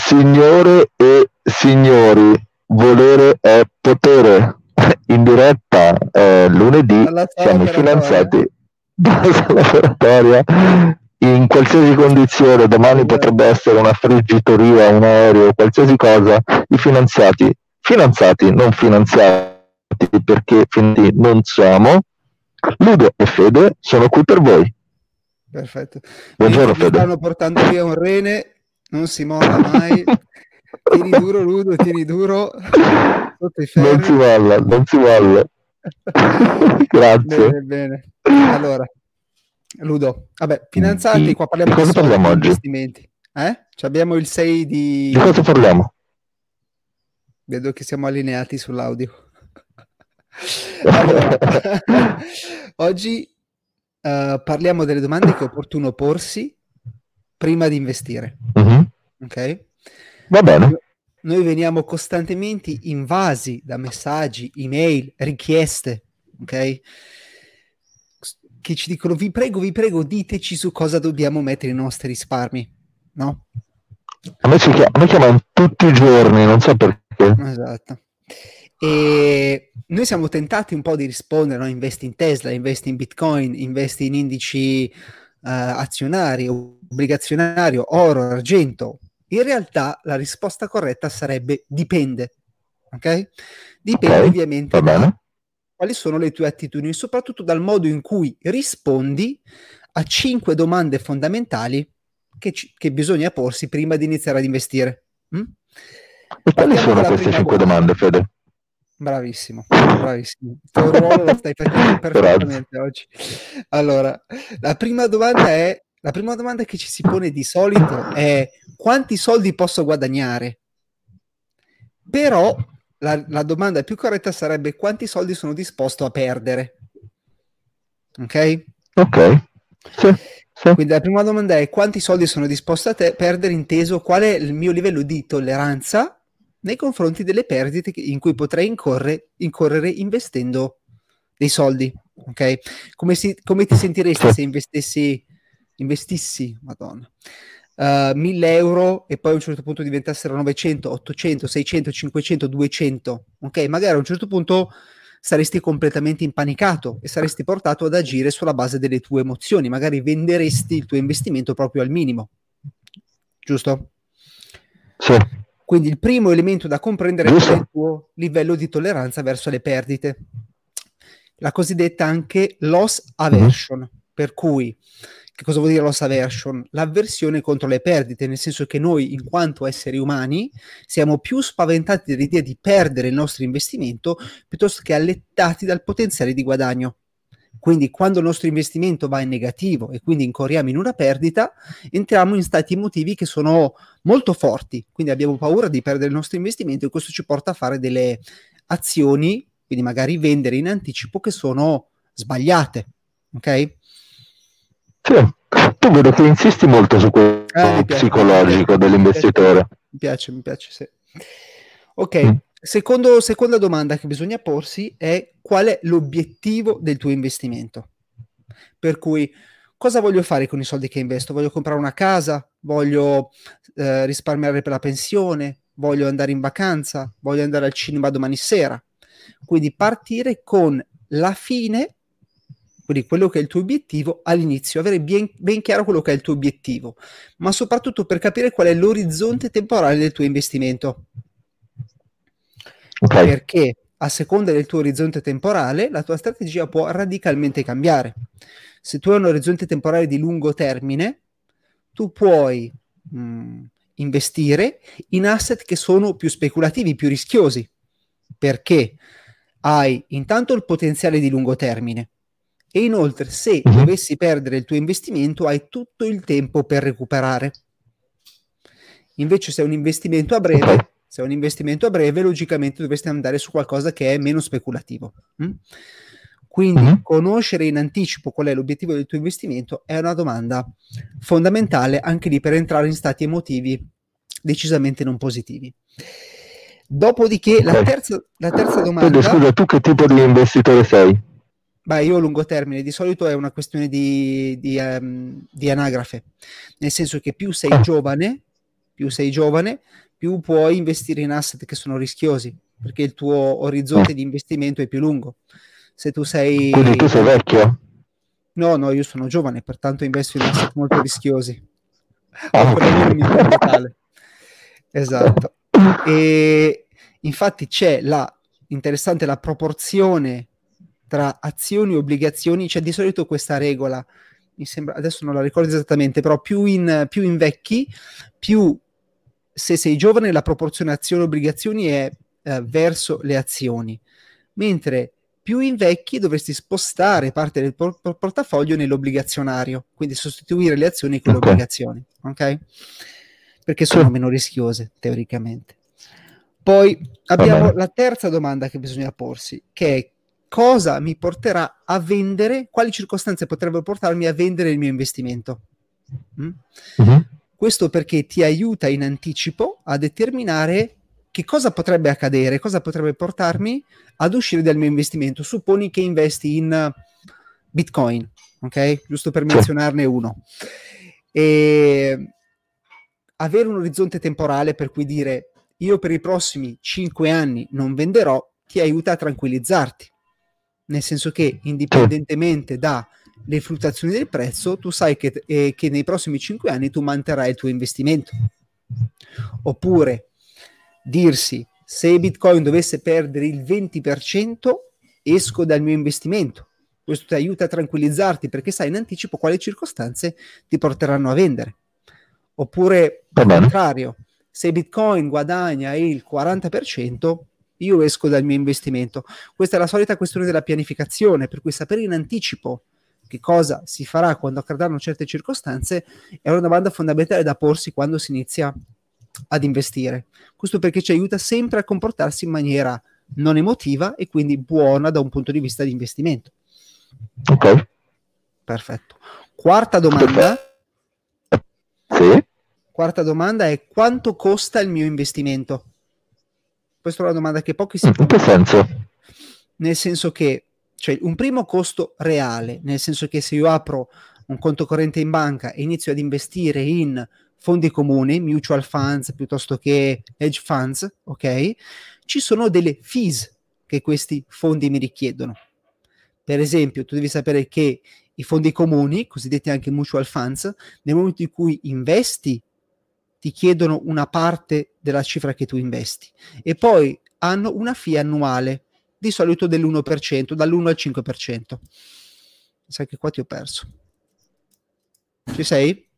Signore e signori, volere è potere. In diretta lunedì Dalla sala siamo i operatoria. finanziati dalla sala operatoria in qualsiasi condizione. Domani potrebbe essere una friggitoria, un aereo, qualsiasi cosa. I finanziati, non finanziati, perché finiti non siamo. Ludo e Fede sono qui per voi. Perfetto. Buongiorno, Mentre mi Fede. stanno portando via un rene, non si molla mai. Tieni duro, Ludo, tieni duro. Sotto i Non si ferri. molla, non si molla. Grazie. Bene, bene. Allora, Ludo, vabbè, finanziati, qua parliamo di cosa soldi, parliamo di oggi? investimenti. Abbiamo il 6 Di cosa parliamo? Vedo che siamo allineati sull'audio. Allora, oggi parliamo delle domande che è opportuno porsi prima di investire. Ok? Va bene. Noi veniamo costantemente invasi da messaggi, email, richieste, ok? Che ci dicono vi prego, diteci su cosa dobbiamo mettere i nostri risparmi, no? A me chiamano tutti i giorni, non so perché. Esatto. E noi siamo tentati un po' di rispondere, no? Investi in Tesla, investi in Bitcoin, investi in indici azionari, obbligazionario, oro, argento. In realtà la risposta corretta sarebbe dipende, ok? Dipende ovviamente da quali sono le tue attitudini, soprattutto dal modo in cui rispondi a 5 domande fondamentali che bisogna porsi prima di iniziare ad investire. E quali sono queste 5 domande, Fede? Bravissimo, bravissimo. Il tuo ruolo lo stai facendo perfettamente oggi. Allora, la prima domanda che ci si pone di solito è quanti soldi posso guadagnare? Però la domanda più corretta sarebbe quanti soldi sono disposto a perdere. Ok? Ok. Sì. Quindi la prima domanda è quanti soldi sono disposto a perdere, inteso qual è il mio livello di tolleranza nei confronti delle perdite in cui potrei incorrere investendo dei soldi, ok? Come ti sentiresti se investissi, madonna, 1.000 euro e poi a un certo punto diventassero 900, 800, 600, 500, 200, ok? Magari a un certo punto saresti completamente impanicato e saresti portato ad agire sulla base delle tue emozioni, magari venderesti il tuo investimento proprio al minimo, giusto? Sì. Quindi il primo elemento da comprendere è qual è il tuo livello di tolleranza verso le perdite, la cosiddetta anche loss aversion, per cui che cosa vuol dire loss aversion? L'avversione contro le perdite, nel senso che noi in quanto esseri umani siamo più spaventati dall'idea di perdere il nostro investimento piuttosto che allettati dal potenziale di guadagno. Quindi quando il nostro investimento va in negativo e quindi incorriamo in una perdita, entriamo in stati emotivi che sono molto forti, quindi abbiamo paura di perdere il nostro investimento e questo ci porta a fare delle azioni, quindi magari vendere in anticipo, che sono sbagliate, ok? Sì, tu vedo che insisti molto su quello psicologico dell'investitore. Mi piace, sì. Ok, seconda domanda che bisogna porsi è qual è l'obiettivo del tuo investimento? Per cui cosa voglio fare con i soldi che investo? Voglio comprare una casa? Voglio risparmiare per la pensione? Voglio andare in vacanza? Voglio andare al cinema domani sera? Quindi partire con la fine, quindi quello che è il tuo obiettivo all'inizio, avere ben chiaro quello che è il tuo obiettivo, ma soprattutto per capire qual è l'orizzonte temporale del tuo investimento. Perché a seconda del tuo orizzonte temporale la tua strategia può radicalmente cambiare. Se tu hai un orizzonte temporale di lungo termine, tu puoi investire in asset che sono più speculativi, più rischiosi, perché hai intanto il potenziale di lungo termine e inoltre se dovessi perdere il tuo investimento hai tutto il tempo per recuperare. Invece se è un investimento a breve, logicamente dovresti andare su qualcosa che è meno speculativo. Quindi conoscere in anticipo qual è l'obiettivo del tuo investimento è una domanda fondamentale anche lì per entrare in stati emotivi decisamente non positivi. Dopodiché la terza domanda... Fede, scusa, tu che tipo di investitore sei? Beh, io a lungo termine, di solito è una questione di anagrafe, nel senso che più sei giovane, più sei giovane, più puoi investire in asset che sono rischiosi, perché il tuo orizzonte di investimento è più lungo. Se tu sei... Quindi tu sei vecchio? No, io sono giovane, pertanto investo in asset molto rischiosi. O Ah, perlomeno mi ritengo ok. tale. Esatto. E infatti c'è interessante la proporzione tra azioni e obbligazioni. C'è di solito questa regola, mi sembra, adesso non la ricordo esattamente, però più invecchi, più se sei giovane la proporzione azioni-obbligazioni è verso le azioni, mentre più invecchi dovresti spostare parte del portafoglio nell'obbligazionario, quindi sostituire le azioni con le Ok. obbligazioni, ok? Perché Sì, sono meno rischiose, teoricamente. Poi va abbiamo bene. la terza domanda che bisogna porsi, che è cosa mi porterà a vendere, quali circostanze potrebbero portarmi a vendere il mio investimento? Mm? Mhm. Questo perché ti aiuta in anticipo a determinare che cosa potrebbe accadere, cosa potrebbe portarmi ad uscire dal mio investimento. Supponi che investi in Bitcoin, ok? Giusto per Sì, menzionarne uno. E avere un orizzonte temporale per cui dire io per i prossimi 5 anni non venderò, ti aiuta a tranquillizzarti. Nel senso che sì, indipendentemente dalle fluttuazioni del prezzo, tu sai che nei prossimi 5 anni tu manterrai il tuo investimento. Oppure dirsi se Bitcoin dovesse perdere il 20%, esco dal mio investimento. Questo ti aiuta a tranquillizzarti perché sai in anticipo quali circostanze ti porteranno a vendere. Oppure va al bene. contrario, se Bitcoin guadagna il 40%, io esco dal mio investimento. Questa è la solita questione della pianificazione, per cui sapere in anticipo che cosa si farà quando accadranno certe circostanze è una domanda fondamentale da porsi quando si inizia ad investire. Questo perché ci aiuta sempre a comportarsi in maniera non emotiva e quindi buona da un punto di vista di investimento. Ok, Perfetto. Quarta domanda. perfetto. Sì, Quarta domanda è quanto costa il mio investimento? Questa è una domanda che pochi si in che pongono. senso? Nel senso che c'è un primo costo reale, nel senso che se io apro un conto corrente in banca e inizio ad investire in fondi comuni, mutual funds piuttosto che hedge funds, ok? Ci sono delle fees che questi fondi mi richiedono. Per esempio, tu devi sapere che i fondi comuni, cosiddetti anche mutual funds, nel momento in cui investi, ti chiedono una parte della cifra che tu investi e poi hanno una fee annuale, di solito dell'1%, dall'1 al 5%. Sai che qua ti ho perso. Ci sei?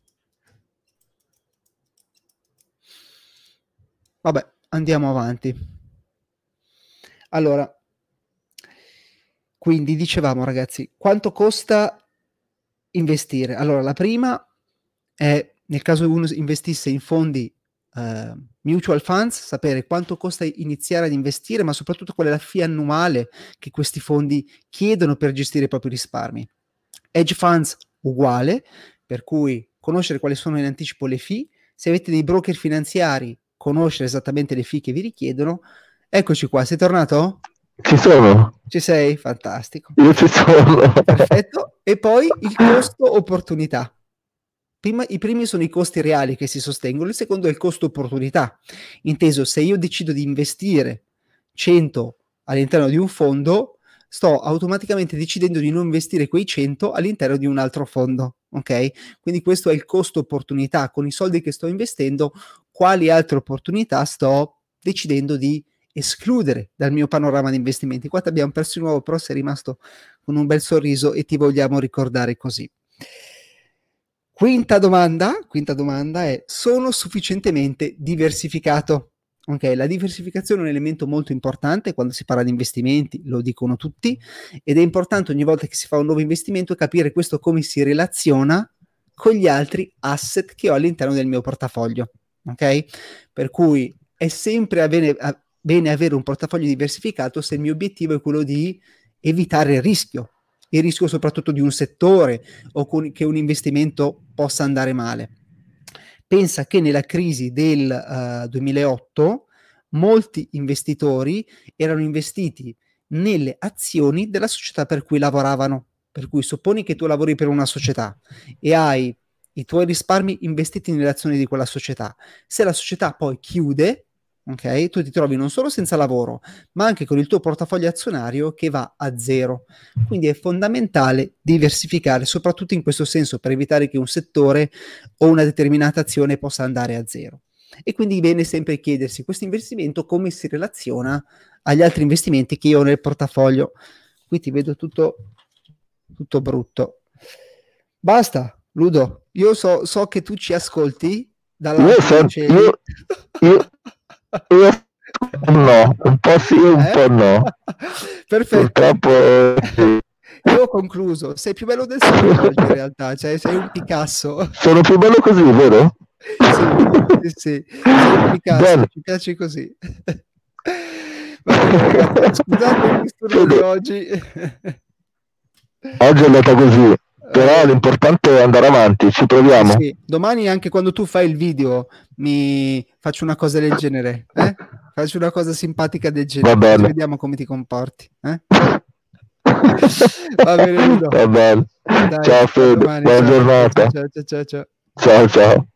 Vabbè, andiamo avanti. Allora, quindi dicevamo ragazzi, quanto costa investire? Allora, la prima è, nel caso uno investisse in fondi mutual funds, sapere quanto costa iniziare ad investire, ma soprattutto qual è la fee annuale che questi fondi chiedono per gestire i propri risparmi. Hedge funds uguale, per cui conoscere quali sono in anticipo le fee. Se avete dei broker finanziari, conoscere esattamente le fee che vi richiedono. Eccoci qua, sei tornato? ci sono. Ci sei? Fantastico. Io ci sono. Perfetto. E poi il costo opportunità. I primi sono i costi reali che si sostengono, il secondo è il costo opportunità. Inteso, se io decido di investire 100 all'interno di un fondo, sto automaticamente decidendo di non investire quei 100 all'interno di un altro fondo, ok? Quindi questo è il costo opportunità. Con i soldi che sto investendo, quali altre opportunità sto decidendo di escludere dal mio panorama di investimenti? Qua ti abbiamo perso di nuovo, però sei rimasto con un bel sorriso e ti vogliamo ricordare così. Quinta domanda è: sono sufficientemente diversificato? Ok, la diversificazione è un elemento molto importante quando si parla di investimenti, lo dicono tutti, ed è importante ogni volta che si fa un nuovo investimento capire questo come si relaziona con gli altri asset che ho all'interno del mio portafoglio. Ok? Per cui è sempre bene avere un portafoglio diversificato se il mio obiettivo è quello di evitare il rischio soprattutto di un settore o che un investimento possa andare male. Pensa che nella crisi del 2008 molti investitori erano investiti nelle azioni della società per cui lavoravano. Per cui supponi che tu lavori per una società e hai i tuoi risparmi investiti nelle azioni di quella società. Se la società poi chiude, ok, tu ti trovi non solo senza lavoro, ma anche con il tuo portafoglio azionario che va a zero. Quindi è fondamentale diversificare, soprattutto in questo senso, per evitare che un settore o una determinata azione possa andare a zero. E quindi viene sempre chiedersi questo investimento come si relaziona agli altri investimenti che io ho nel portafoglio. Qui ti vedo tutto brutto. Basta, Ludo. Io so che tu ci ascolti io no, un po' sì, un po' no. Perfetto. Purtroppo Io ho concluso. Sei più bello del solito in realtà, cioè sei un Picasso. Sono più bello così, vero? Sì. Sei un Picasso, ci piace così. Ragazzi, scusate il disturbo di oggi. Oggi è andata così, però l'importante è andare avanti, ci proviamo. Sì. Domani, anche quando tu fai il video, mi faccio una cosa del genere, Faccio una cosa simpatica del genere, così vediamo come ti comporti, Va bene, Ludo. Va bene. Dai, ciao Fede, buona giornata. Ciao. Ciao.